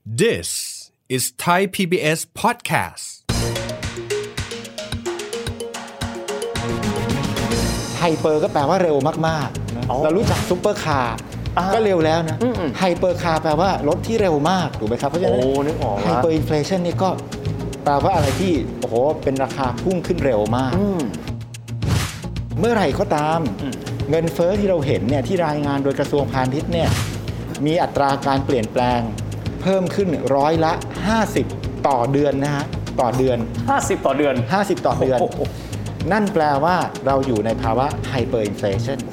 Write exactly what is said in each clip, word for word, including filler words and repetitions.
This is Thai พี บี เอส podcast ไฮเปอร์ก็แปลว่าเร็วมากๆนะเรารู้จักซุปเปอร์คาร์ก็เร็วแล้วนะไฮเปอร์คาร์แปลว่ารถที่เร็วมากถูกไหมครับเพราะฉะนั้นไฮเปอร์อินเฟลชันนี่ก็แปลว่าอะไรที่โอ้โหเป็นราคาพุ่งขึ้นเร็วมากเมื่อไหร่ก็ตามเงินเฟ้อที่เราเห็นเนี่ยที่รายงานโดยกระทรวงพาณิชย์เนี่ยมีอัตราการเปลี่ยนแปลงเพิ่มขึ้นร้อยละห้าสิบต่อเดือนนะฮะต่อเดือนห้าสิบต่อเดือนห้าสิบต่อเดือนนั่นแปลว่าเราอยู่ในภาวะไฮเปอร์อินเฟลชัน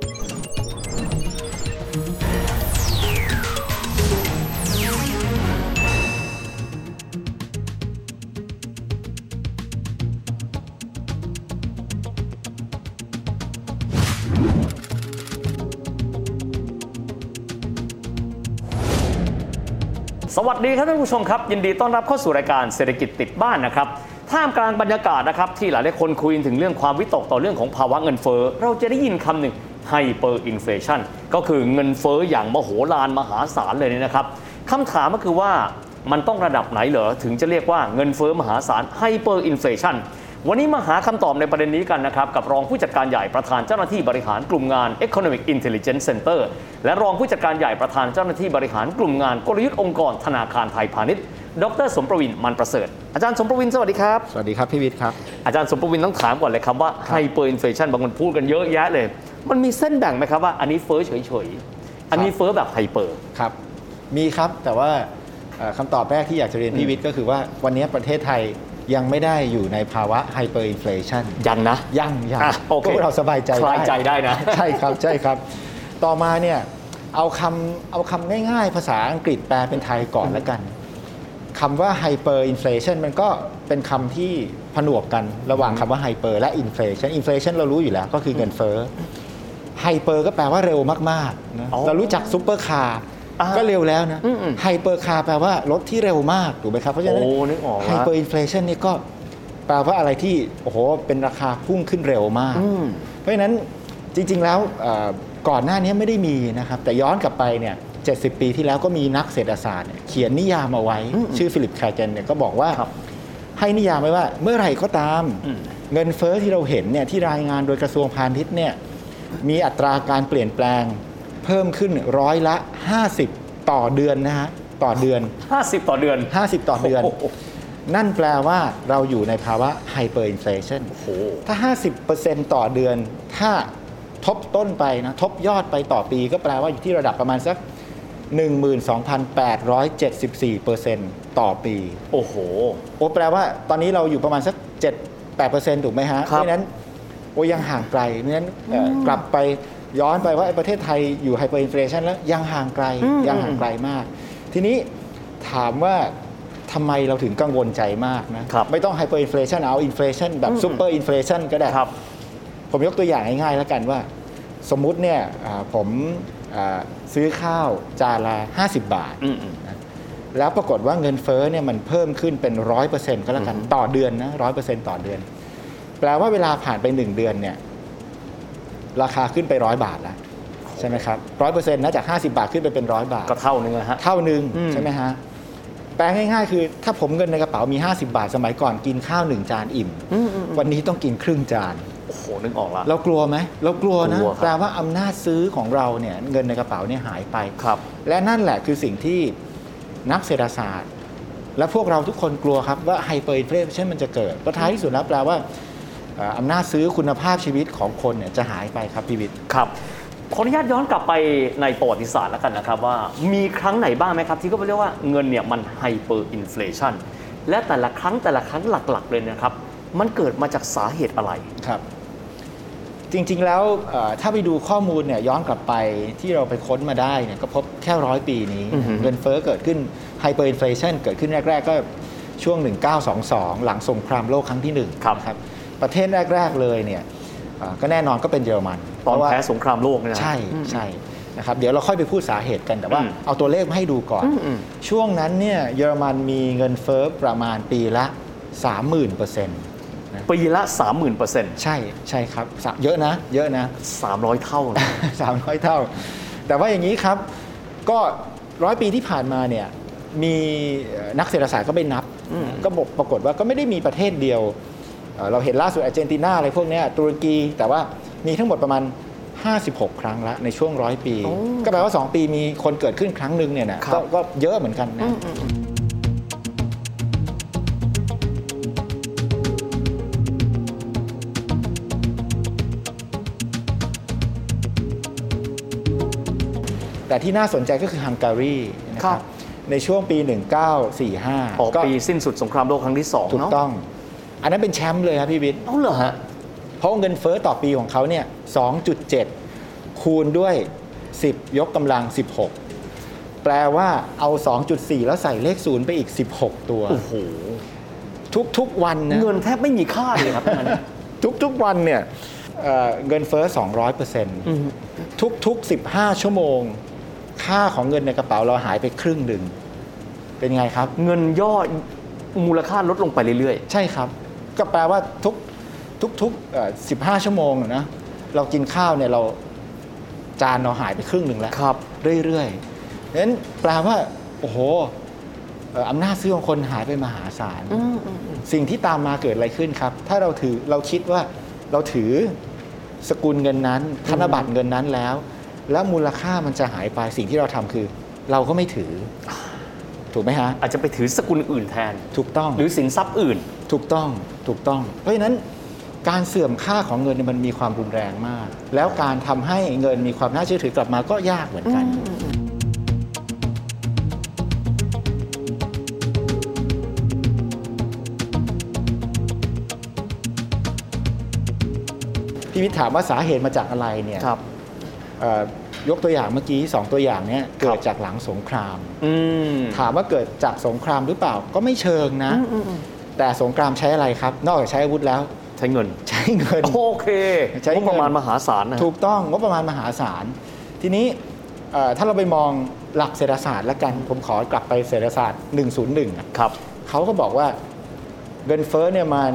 สวัสดีครับท่านผู้ชมครับยินดีต้อนรับเข้าสู่รายการเศรษฐกิจติดบ้านนะครับท่ามกลางบรรยากาศนะครับที่หลายหลายคนคุยถึงเรื่องความวิตกต่อเรื่องของภาวะเงินเฟ้อเราจะได้ยินคำหนึ่งไฮเปอร์อินเฟลชันก็คือเงินเฟ้ออย่างมโหฬารมหาศาลเลยนะครับคำถามก็คือว่ามันต้องระดับไหนเหรอถึงจะเรียกว่าเงินเฟ้อมหาศาลไฮเปอร์อินเฟลชันวันนี้มาหาคำตอบในประเด็นนี้กันนะครับกับรองผู้จัดการใหญ่ประธานเจ้าหน้าที่บริหารกลุ่มงาน Economic Intelligence Center และรองผู้จัดการใหญ่ประธานเจ้าหน้าที่บริหารกลุ่มงานกลยุทธ์องค์กรธนาคารไทยพาณิชย์ดร.สมประวินมันประเสริฐอาจารย์สมประวินสวัสดีครับสวัสดีครับพี่วิทย์ครับอาจารย์สมประวินต้องถามก่อนเลยครับว่าไฮเปอร์อินเฟลชันบางคนพูดกันเยอะแยะเลยมันมีเส้นแบ่งไหมครับว่าอันนี้เฟ้อเฉยๆอันนี้เฟ้อแบบไฮเปอร์ครับมีครับแต่ว่าคำตอบแรกที่อยากจะเรียนพี่วิทย์ก็คือว่าวันนี้ประเทศไทยยังไม่ได้อยู่ในภาวะไฮเปอร์อินเฟลชันยังนะยังยังพวกเราสบายใจได้คลายใจได้นะใช่ครับใช่ครับต่อมาเนี่ยเอาคำเอาคำง่ายๆภาษาอังกฤษแปลเป็นไทยก่อนแล้วกันคำว่าไฮเปอร์อินเฟลชันมันก็เป็นคำที่ผนวกกันระหว่างคำว่าไฮเปอร์และอินเฟลชันอินเฟลชันเรารู้อยู่แล้วก็คือเงินเฟ้อไฮเปอร์ก็แปลว่าเร็วมากๆนะเรารู้จักซุปเปอร์คาร์ก็เร็วแล้วนะไฮเปอร์คาร์แปลว่ารถที่เร็วมากถูกไหมครับเพราะฉะนั้นไฮเปอร์อินเฟลชันนี่ก็แปลว่าอะไรที่โอ้โหเป็นราคาพุ่งขึ้นเร็วมากเพราะฉะนั้นจริงๆแล้วก่อนหน้านี้ไม่ได้มีนะครับแต่ย้อนกลับไปเนี่ยเจ็ดสิบปีที่แล้วก็มีนักเศรษฐศาสตร์เขียนนิยามเอาไว้ชื่อฟิลิปแคร์เกนเนี่ยก็บอกว่าให้นิยามไว้ว่าเมื่อไหร่ก็ตามเงินเฟ้อที่เราเห็นเนี่ยที่รายงานโดยกระทรวงพาณิชย์เนี่ยมีอัตราการเปลี่ยนแปลงเพิ่มขึ้นร้อยละห้าสิบต่อเดือนนะฮะต่อเดือนห้าสิบต่อเดือนห้าสิบต่อเดือนนั่นแปลว่าเราอยู่ในภาวะไฮเปอร์อินเฟลชันถ้า ห้าสิบเปอร์เซ็นต์ ต่อเดือนถ้าทบต้นไปนะทบยอดไปต่อปีก็แปลว่าอยู่ที่ระดับประมาณสัก หนึ่งหมื่นสองพันแปดร้อยเจ็ดสิบสี่เปอร์เซ็นต์ ต่อปีโอ้โหโอ้แปลว่าตอนนี้เราอยู่ประมาณสัก เจ็ดถึงแปดเปอร์เซ็นต์ ถูกไหมฮะเพราะฉะนั้นโอ้ยังห่างไกลเพราะฉะนั้นกลับไปย้อนไปว่าประเทศไทยอยู่ไฮเปอร์อินเฟลชันแล้วยังห่างไกลยังห่างไกลมากทีนี้ถามว่าทำไมเราถึงกังวลใจมากนะไม่ต้องไฮเปอร์อินเฟลชันเอาอินเฟลชันแบบซูเปอร์อินเฟลชันก็ได้ผมยกตัวอย่างง่ายๆแล้วกันว่าสมมุติเนี่ยผมซื้อข้าวจานละห้าสิบบาทนะแล้วปรากฏว่าเงินเฟ้อเนี่ยมันเพิ่มขึ้นเป็น ร้อยเปอร์เซ็นต์ ก็แล้วกันต่อเดือนนะ ร้อยเปอร์เซ็นต์ ต่อเดือนแปลว่าเวลาผ่านไปหนึ่งเดือนเนี่ยราคาขึ้นไปหนึ่งร้อยบาทแล้วใช่ไหมครับ ร้อยเปอร์เซ็นต์ นะจากห้าสิบบาทขึ้นไปเป็นหนึ่งร้อยบาทก็เท่านึงนะฮะเท่านึงใช่ไหมฮะแปลง่ายๆคือถ้าผมเงินในกระเป๋ามีห้าสิบบาทสมัยก่อนกินข้าวหนึ่งจานอิ่มวันนี้ต้องกินครึ่งจานโอ้โหนึกออกละเรากลัวไหมเรากลัวนะแปลว่าอำนาจซื้อของเราเนี่ยเงินในกระเป๋าเนี่ยหายไปครับและนั่นแหละคือสิ่งที่นักเศรษฐศาสตร์และพวกเราทุกคนกลัวครับว่าไฮเปอร์อินเฟลชันมันจะเกิดเพราะท้ายที่สุดแล้วแปลว่าอำนาจซื้อคุณภาพชีวิตของคนเนี่ยจะหายไปครับพี่วิทย์ครับขออนุญาตย้อนกลับไปในประวัติศาสตร์แล้วกันนะครับว่ามีครั้งไหนบ้างไหมครับที่เขาเรียกว่าเงินเนี่ยมันไฮเปอร์อินเฟลชันและแต่ละครั้งแต่ละครั้งหลักๆเลยนะครับมันเกิดมาจากสาเหตุอะไรครับจริงๆแล้วถ้าไปดูข้อมูลเนี่ยย้อนกลับไปที่เราไปค้นมาได้เนี่ยก็พบแค่ร้อยปีนี้เงินเฟ้อเกิดขึ้นไฮเปอร์อินเฟลชันเกิดขึ้นแรกๆก็ช่วงหนึ่งพันเก้าร้อยยี่สิบสองหลังสงครามโลกครั้งที่หนึ่งครับประเทศแรกๆเลยเนี่ยก็แน่นอนก็เป็นเยอรมันตอนแพ้สงครามโลกนะใช่ใช่นะครับเดี๋ยวเราค่อยไปพูดสาเหตุกันแต่ว่าเอาตัวเลขมาให้ดูก่อนช่วงนั้นเนี่ยเยอรมันมีเงินเฟ้อประมาณปีละ สามหมื่นเปอร์เซ็นต์ปีละ สามหมื่นเปอร์เซ็นต์ใช่ใช่ครับเยอะนะเยอะนะสามร้อยเท่านะสามร้อยเท่าแต่ว่าอย่างนี้ครับก็ร้อยปีที่ผ่านมาเนี่ยมีนักเศรษฐศาสตร์ก็ไปนับก็บอกปรากฏว่าก็ไม่ได้มีประเทศเดียวเอ่อเราเห็นล่าสุดอาร์เจนตินาอะไรพวกเนี้ยตุรกีแต่ว่ามีทั้งหมดประมาณห้าสิบหกครั้งละในช่วงร้อยปีก็แปลว่าสองปีมีคนเกิดขึ้นครั้งหนึ่งเนี่ยนะก็ก็เยอะเหมือนกันนะแต่ที่น่าสนใจก็คือฮังการีนะครับในช่วงปีหนึ่งพันเก้าร้อยสี่สิบห้าก็ปีสิ้นสุดสงครามโลกครั้งที่สองถูกต้องอันนั้นเป็นแชมป์เลยครับพี่วิทย์เอ้าเหรอฮะเพราะเงินเฟ้อต่อปีของเขาเนี่ย สองจุดเจ็ด คูณด้วยสิบยกกำลังสิบหกแปลว่าเอา สองจุดสี่ แล้วใส่เลขศูนย์ไปอีกสิบหกตัวโอ้โหทุกๆวันนะเงินแทบไม่มีค่าเลยครับมันทุกๆวันเนี่ย เอ่อ เงินเฟ้อ สองร้อยเปอร์เซ็นต์ ทุกๆสิบห้าชั่วโมงค่าของเงินในกระเป๋าเราหายไปครึ่งหนึ่งเป็นไงครับเงินย่อมูลค่าลดลงไปเรื่อยๆใช่ครับก็แปลว่าทุกทุกๆสิบห้าชั่วโมงนะเรากินข้าวเนี่ยเราจานเราหายไปครึ่งหนึ่งแล้วครับเรื่อยๆนั้นแปลว่าโอ้โหอำนาจซื้อของคนหายไปมหาศาลสิ่งที่ตามมาเกิดอะไรขึ้นครับถ้าเราถือเราคิดว่าเราถือสกุลเงินนั้นธนบัตรเงินนั้นแล้วแล้วมูลค่ามันจะหายไปสิ่งที่เราทำคือเราก็ไม่ถือถูกไหมฮะอาจจะไปถือสกุลอื่นแทนถูกต้องหรือสินทรัพย์อื่นถูกต้องถูกต้องเพราะฉะนั้นการเสื่อมค่าของเงินมันมีความรุนแรงมากแล้วการทำให้เงินมีความน่าเชื่อถือกลับมาก็ยากเหมือนกันพี่วิทย์ถามว่าสาเหตุมาจากอะไรเนี่ยยกตัวอย่างเมื่อกี้สองตัวอย่างนี้เกิดจากหลังสงครามถามว่าเกิดจากสงครามหรือเปล่าก็ไม่เชิงนะแต่สงครามใช้อะไรครับนอกจากใช้อาวุธแล้วใช้เงินใช้เงินโอเคใช้งบประมาณมหาศาลนะถูกต้องงบประมาณมหาศาลทีนี้ถ้าเราไปมองหลักเศรษฐศาสตร์แล้วกันผมขอกลับไปเศรษฐศาสตร์หนึ่งศูนย์หนึ่งครับเขาก็บอกว่าเงินเฟ้อเนี่ยมัน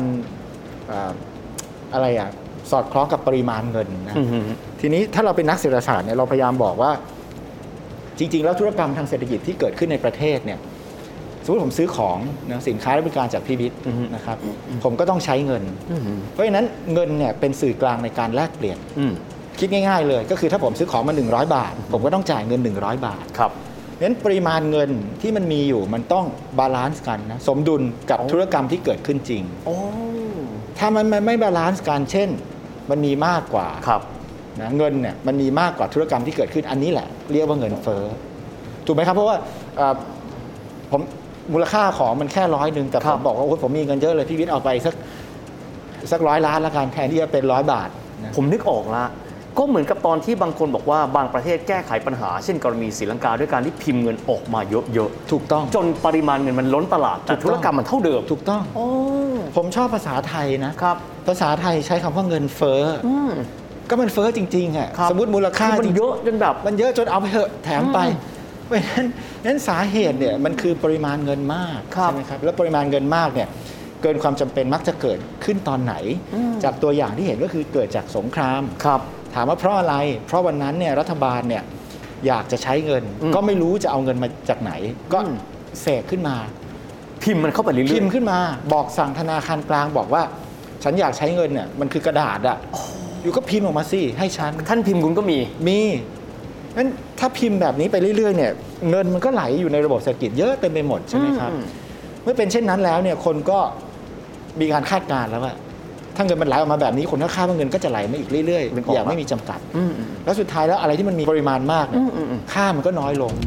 อะไรอ่ะสอดคล้องกับปริมาณเงินนะทีนี้ถ้าเราเป็นนักเศรษฐศาสตร์เนี่ยเราพยายามบอกว่าจริงๆแล้วธุรกรรมทางเศรษฐกิจที่เกิดขึ้นในประเทศเนี่ยสมมติผมซื้อของนะสินค้าและบริการจากพี่วิทย์นะครับผมก็ต้องใช้เงินเพราะฉะนั้นเงินเนี่ยเป็นสื่อกลางในการแลกเปลี่ยนคิดง่ายๆเลยก็คือถ้าผมซื้อของมาหนึ่งร้อยบาทผมก็ต้องจ่ายเงินหนึ่งร้อยบาทครับงั้นปริมาณเงินที่มันมีอยู่มันต้องบาลานซ์กันนะสมดุลกับธุรกรรมที่เกิดขึ้นจริงถ้ามันไม่บาลานซ์กันเช่นมันมีมากกว่านะเงินเนี่ยมันมีมากกว่าธุรกรรมที่เกิดขึ้นอันนี้แหละเรียกว่าเงินเฟ้อถูกไหมครับเพราะว่าผมมูลค่าของมันแค่ร้อยหนึ่งแต่ผมบอกว่าโอ้ผมมีเงินเยอะเลยพี่วิทย์เอาไปสักสักร้อยล้านละกันแทนที่จะเป็นร้อยบาทนะผมนึกออกละก็เหมือนกับตอนที่บางคนบอกว่าบางประเทศแก้ไขปัญหาเช่นกรณีศรีลังกาด้วยการที่พิมพ์เงินออกมาเยอะๆถูกต้องจนปริมาณเงินมันล้นตลาดแต่ธุรกรรมมันเท่าเดิมถูกต้องผมชอบภาษาไทยนะครับภาษาไทยใช้คำว่าเงินเฟ้อก็มันเฟ้อจริงๆอ่ะสมมติมูลค่ามันเยอะจนแบบมันเยอะจนเอาไปเถอะแถมไปเพราะฉะนั้นนั้นสาเหตุเนี่ยมันคือปริมาณเงินมากใช่ไหมครับแล้วปริมาณเงินมากเนี่ยเกินความจำเป็นมักจะเกิดขึ้นตอนไหนจากตัวอย่างที่เห็นก็คือเกิดจากสงครามครับถามว่าเพราะอะไรเพราะวันนั้นเนี่ยรัฐบาลเนี่ยอยากจะใช้เงินก็ไม่รู้จะเอาเงินมาจากไหนก็เสกขึ้นมาพิมพ์มันเข้าไปเรื่อยๆพิมพ์ขึ้นมาบอกสั่งธนาคารกลางบอกว่าฉันอยากใช้เงินเนี่ยมันคือกระดาษอ่ะอยู่ก็พิมพ์ออกมาสิให้ฉันท่านพิมพ์คุณก็มีมีงั้นถ้าพิมพ์แบบนี้ไปเรื่อยๆเนี่ยเงินมันก็ไหลอยู่ในระบบเศรษฐกิจเยอะเต็มไปหมดใช่ไหมครับเมื่อเป็นเช่นนั้นแล้วเนี่ยคนก็มีการคาดการณ์แล้วว่าถ้าเงินมันไหลออกมาแบบนี้คนก็คาดว่าเงินก็จะไหลมาอีกเรื่อยๆอย่างไม่มีจำกัดแล้วสุดท้ายแล้วอะไรที่มันมีปริมาณมากเนี่ยค่ามันก็น้อยลง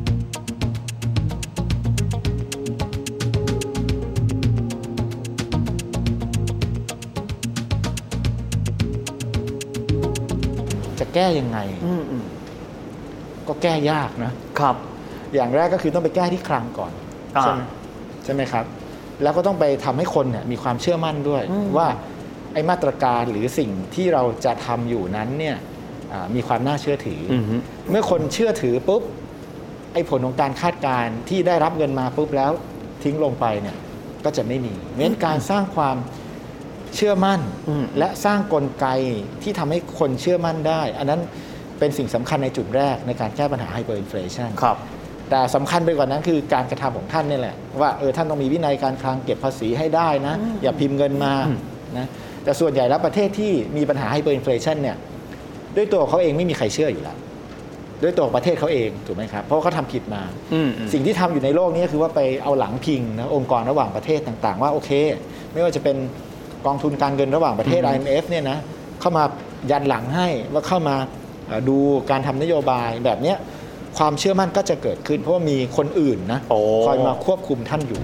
จะแก้ยังไงก็แก้ยากนะครับอย่างแรกก็คือต้องไปแก้ที่คลังก่อนใช่ไหมใช่ไหมครับแล้วก็ต้องไปทำให้คนเนี่ยมีความเชื่อมั่นด้วยว่าไอ้มาตรการหรือสิ่งที่เราจะทำอยู่นั้นเนี่ยมีความน่าเชื่อถือเมื่อคนเชื่อถือปุ๊บไอ้ผลของการคาดการณ์ที่ได้รับเงินมาปุ๊บแล้วทิ้งลงไปเนี่ยก็จะไม่มีเน้นการสร้างความเชื่อมั่นและสร้างกลไกที่ทำให้คนเชื่อมั่นได้อันนั้นเป็นสิ่งสำคัญในจุดแรกในการแก้ปัญหาไฮเปอร์อินเฟลชันครับแต่สำคัญไปกว่านั้นคือการกระทำของท่านนี่แหละว่าเออท่านต้องมีวินัยการคลังเก็บภาษีให้ได้นะอย่าพิมพ์เงินมานะแต่ส่วนใหญ่แล้วประเทศที่มีปัญหาไฮเปอร์อินเฟลชันเนี่ยด้วยตัวเขาเองไม่มีใครเชื่ออยู่แล้วด้วยตัวประเทศเขาเองถูกไหมครับเพราะเขาทำผิดมาสิ่งที่ทำอยู่ในโลกนี้คือว่าไปเอาหลังพิงนะองค์กรระหว่างประเทศต่างๆว่าโอเคไม่ว่าจะเป็นกองทุนการเงินระหว่างประเทศ ไอ เอ็ม เอฟ เนี่ยนะเข้ามายันหลังให้ว่าเข้ามาดูการทำนโยบายแบบนี้ความเชื่อมั่นก็จะเกิดขึ้นเพราะว่ามีคนอื่นนะคอยมาควบคุมท่านอยู่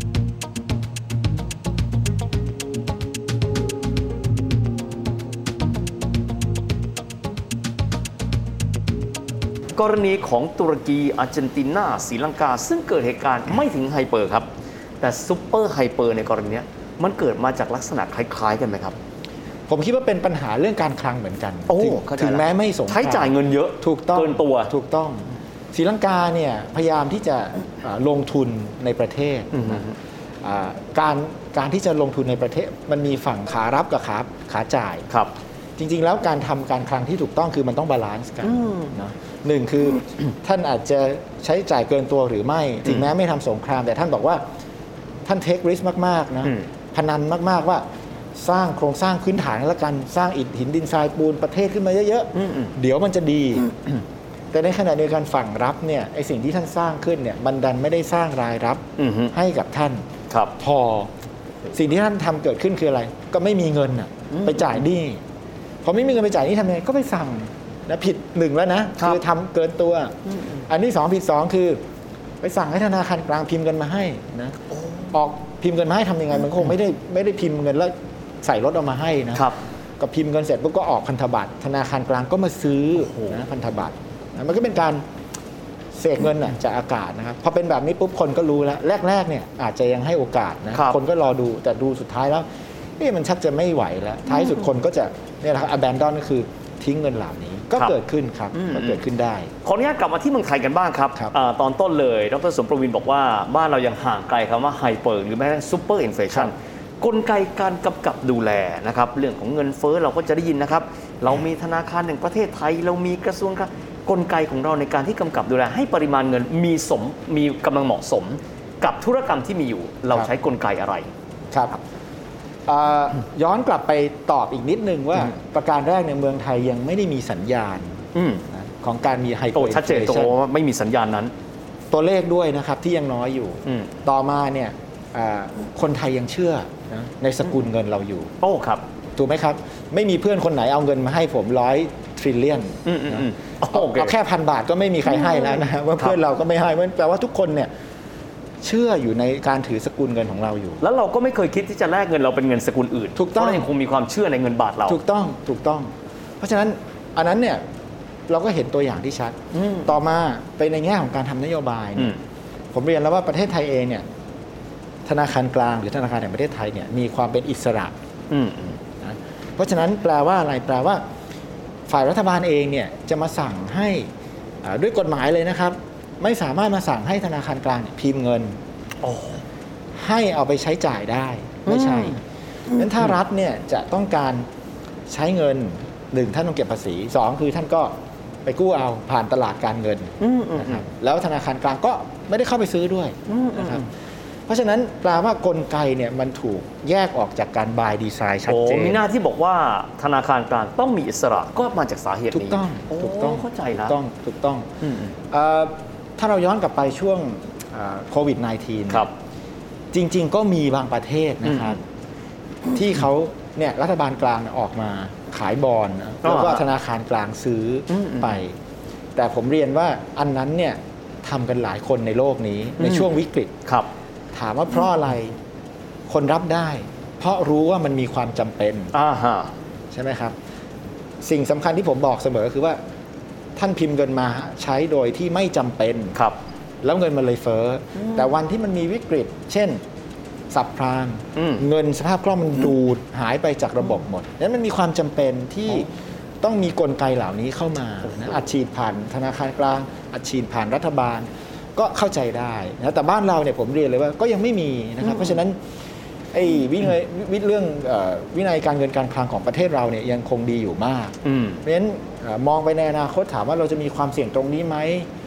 กรณีของตุรกีอาร์เจนตินาศรีลังกาซึ่งเกิดเหตุการณ์ไม่ถึงไฮเปอร์ครับแต่ซุปเปอร์ไฮเปอร์ในกรณีนี้มันเกิดมาจากลักษณะคล้ายๆกันไหมครับผมคิดว่าเป็นปัญหาเรื่องการคลังเหมือนกันถถึงแม้ไม่สงครามใช้จ่ายเงินเยอะถูกต้องเกินตัวถูกต้องศรีลังกาเนี่ยพยายามที่จะลงทุนในประเทศการการที่จะลงทุนในประเทศมันมีฝั่งขารับกับขาขาจ่ายครับจริงๆแล้วการทำการคลังที่ถูกต้องคือมันต้องบาลานซ์กันนะหนึ่งคือท่านอาจจะใช้จ่ายเกินตัวหรือไม่ถึงแม้ไม่ทำสงครามแต่ท่านบอกว่าท่านเทคริสก์มากๆนะพนันมากๆว่าสร้างโครงสร้างพื้นฐานแล้วกันสร้างอิฐหินดินทรายปูนประเทศขึ้นมาเยอะๆเดี๋ยวมันจะดีแต่ในขณะเดียวกันฝั่งรับเนี่ยไอสิ่งที่ท่านสร้างขึ้นเนี่ยมันดันไม่ได้สร้างรายรับให้กับท่านพอสิ่งที่ท่านทำเกิดขึ้นคืออะไรก็ไม่มีเงินอ่ะไปจ่ายหนี้พอไม่มีเงินไปจ่ายหนี้ทำยังไงก็ไปสั่งนะผิดหนึ่งแล้วนะคือทำเกินตัวอันที่สองผิดสองคือไปสั่งให้ธนาคารกลางพิมพ์เงินมาให้นะออกพิมพ์เงินมาให้ทำยังไงมันคงไม่ได้ไม่ได้พิมพ์เงินแล้วใส่รถเอามาให้นะก็พิมพ์เงินเสร็จปุ๊บก็ออกพันธบัตรธนาคารกลางก็มาซื้อนะพันธบัตรมันก็เป็นการเสกเงินจากอากาศนะครับพอเป็นแบบนี้ปุ๊บคนก็รู้แล้วแรกๆเนี่ยอาจจะยังให้โอกาสนะคนก็รอดูแต่ดูสุดท้ายแล้วนี่มันชักจะไม่ไหวแล้วท้ายสุดคนก็จะเนี่ยนะครับ abandon ก็คือทิ้งเงินเหล่านี้ก็เกิดขึ้นครับก็เกิดขึ้นได้ขออนุญาตกลับมาที่เมืองไทยกันบ้างครับตอนต้นเลยดร.สมประวินบอกว่าบ้านเรายังห่างไกลคำว่าไฮเปอร์หรือแม้แต่ซูเปอร์อินเฟลชันกลไกการกำกับดูแลนะครับเรื่องของเงินเฟ้อเราก็จะได้ยินนะครับเรามีธนาคารแห่งประเทศไทยเรามีกระทรวงการกลไกของเราในการที่กำกับดูแลให้ปริมาณเงินมีสมมีกำลังเหมาะสมกับธุรกรรมที่มีอยู่เราใช้กลไกอะไรครับย้อนกลับไปตอบอีกนิดนึงว่าประการแรกในเมืองไทยยังไม่ได้มีสัญญาณของการมีไฮเปอร์อินเฟลชันชัดเจนตัวว่าไม่มีสัญญาณนั้นตัวเลขด้วยนะครับที่ยังน้อยอยู่ต่อมาเนี่ยคนไทยยังเชื่อนะในสกุลเงินเราอยู่โอ้ครับถูกไหมครับไม่มีเพื่อนคนไหนเอาเงินมาให้ผมร้อยทริลเลียนเอาแค่พันบาทก็ไม่มีใครให้แล้วนะว่าเพื่อนเราก็ไม่ให้แปลว่าทุกคนเนี่ยเชื่ออยู่ในการถือสกุลเงินของเราอยู่แล้วเราก็ไม่เคยคิดที่จะแลกเงินเราเป็นเงินสกุลอื่นถูกต้องเรายังคงมีความเชื่อในเงินบาทเราถูกต้องถูกต้องเพราะฉะนั้นอันนั้นเนี่ยเราก็เห็นตัวอย่างที่ชัดต่อมาไปในแง่ของการทำนโยบายผมเรียนแล้วว่าประเทศไทยเองเนี่ยธนาคารกลางหรือธนาคารแห่งประเทศไทยเนี่ยมีความเป็นอิสระนะเพราะฉะนั้นแปลว่าอะไรแปลว่าฝ่ายรัฐบาลเองเนี่ยจะมาสั่งให้ด้วยกฎหมายเลยนะครับไม่สามารถมาสั่งให้ธนาคารกลางพิมพ์เงินให้เอาไปใช้จ่ายได้ไม่ใช่งั้นถ้ารัฐเนี่ยจะต้องการใช้เงินหนึ่งท่านต้องเก็บภาษีสองคือท่านก็ไปกู้เอาผ่านตลาดการเงินนะครับแล้วธนาคารกลางก็ไม่ได้เข้าไปซื้อด้วยนะครับเพราะฉะนั้นแปลว่ากลไกเนี่ยมันถูกแยกออกจากการบายดีไซน์ชัดเจนมีหน้าที่บอกว่าธนาคารกลางต้องมีอิสระก็มาจากสาเหตุนี้ถูกต้องถูกต้องเข้าใจแล้วถูกต้องถูกต้องถ้าเราย้อนกลับไปช่วงโควิด สิบเก้า ครับจริงๆก็มีบางประเทศนะครับที่เขาเนี่ยรัฐบาลกลางออกมาขายบอนด์แล้วก็ธนาคารกลางซื้อไปแต่ผมเรียนว่าอันนั้นเนี่ยทำกันหลายคนในโลกนี้ในช่วงวิกฤตครับถามว่าเพราะอะไรคนรับได้เพราะรู้ว่ามันมีความจำเป็นใช่ไหมครับสิ่งสำคัญที่ผมบอกเสมอคือว่าท่านพิมพ์เงินมาใช้โดยที่ไม่จำเป็นครับแล้วเงินมันเลยเฟ้อแต่วันที่มันมีวิกฤตเช่นสับพรางเงินสภาพคล่องมันดูดหายไปจากระบบหมดนั้นมันมีความจำเป็นที่ต้องมีกลไกเหล่านี้เข้ามาอัดฉีดผ่านธนาคารกลางอัดฉีดผ่านรัฐบาลก็เข้าใจได้นะแต่บ้านเราเนี่ยผมเรียนเลยว่าก็ยังไม่มีนะครับเพราะฉะนั้นไอ้วินัยวิเรื่องวินัยการเงินการคลังของประเทศเราเนี่ยยังคงดีอยู่มากเพราะฉะนั้นมองไปในอนาคตถามว่าเราจะมีความเสี่ยงตรงนี้ไหมผ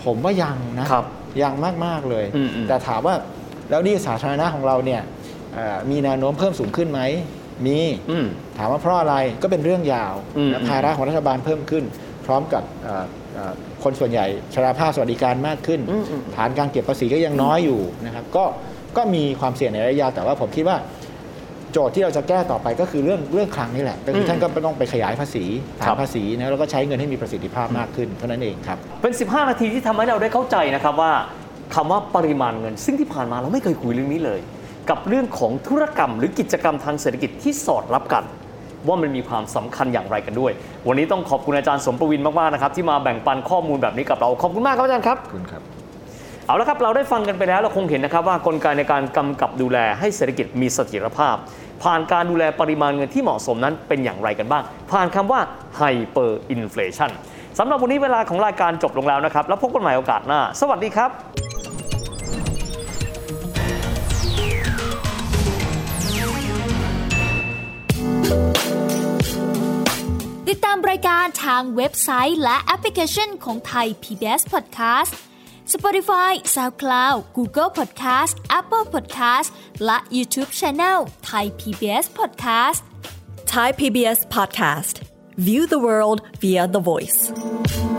ผมว่ายังนะครับ ยังมากๆเลยแต่ถามว่าแล้วหนี้สาธารณะของเราเนี่ยมีแนวโน้มเพิ่มสูงขึ้นไหมมีถามว่าเพราะอะไรก็เป็นเรื่องยาวภาระของรัฐบาลเพิ่มขึ้นพร้อมกับคนส่วนใหญ่ชราภาพสวัสดิการมากขึ้นฐานการเก็บภาษีก็ยังน้อยอยู่นะครับก็ก็มีความเสี่ยงในระยะยาวแต่ว่าผมคิดว่าโจทย์ที่เราจะแก้ต่อไปก็คือเรื่องเรื่องคลังนี่แหละก็คือท่านก็ต้องไปขยายภาษีฐานภาษีนะแล้วก็ใช้เงินให้มีประสิทธิภาพมากขึ้นเท่านั้นเองครับเป็นสิบห้านาทีที่ทำให้เราได้เข้าใจนะครับว่าคำว่าปริมาณเงินซึ่งที่ผ่านมาเราไม่เคยคุยเรื่องนี้เลยกับเรื่องของธุรกรรมหรือกิจกรรมทางเศรษฐกิจที่สอดรับกันว่ามันมีความสำคัญอย่างไรกันด้วยวันนี้ต้องขอบคุณอาจารย์สมประวินมากๆนะครับที่มาแบ่งปันข้อมูลแบบนี้กับเราขอบคุณมากครับอาจารย์ครับขอบคุณครับเอาละครับเราได้ฟังกันไปแล้วเราคงเห็นนะครับว่ากลไกในการกำกับดูแลให้เศรษฐกิจมีเสถียรภาพผ่านการดูแลปริมาณเงินที่เหมาะสมนั้นเป็นอย่างไรกันบ้างผ่านคำว่า Hyperinflation สำหรับวันนี้เวลาของรายการจบลงแล้วนะครับแล้วพบกันใหม่โอกาสหน้าสวัสดีครับติดตามรายการทางเว็บไซต์และแอปพลิเคชันของไทย พี บี เอส Podcast Spotify, SoundCloud, Google Podcast, Apple Podcast และ YouTube Channel Thai พี บี เอส Podcast Thai พี บี เอส Podcast View the world via the voice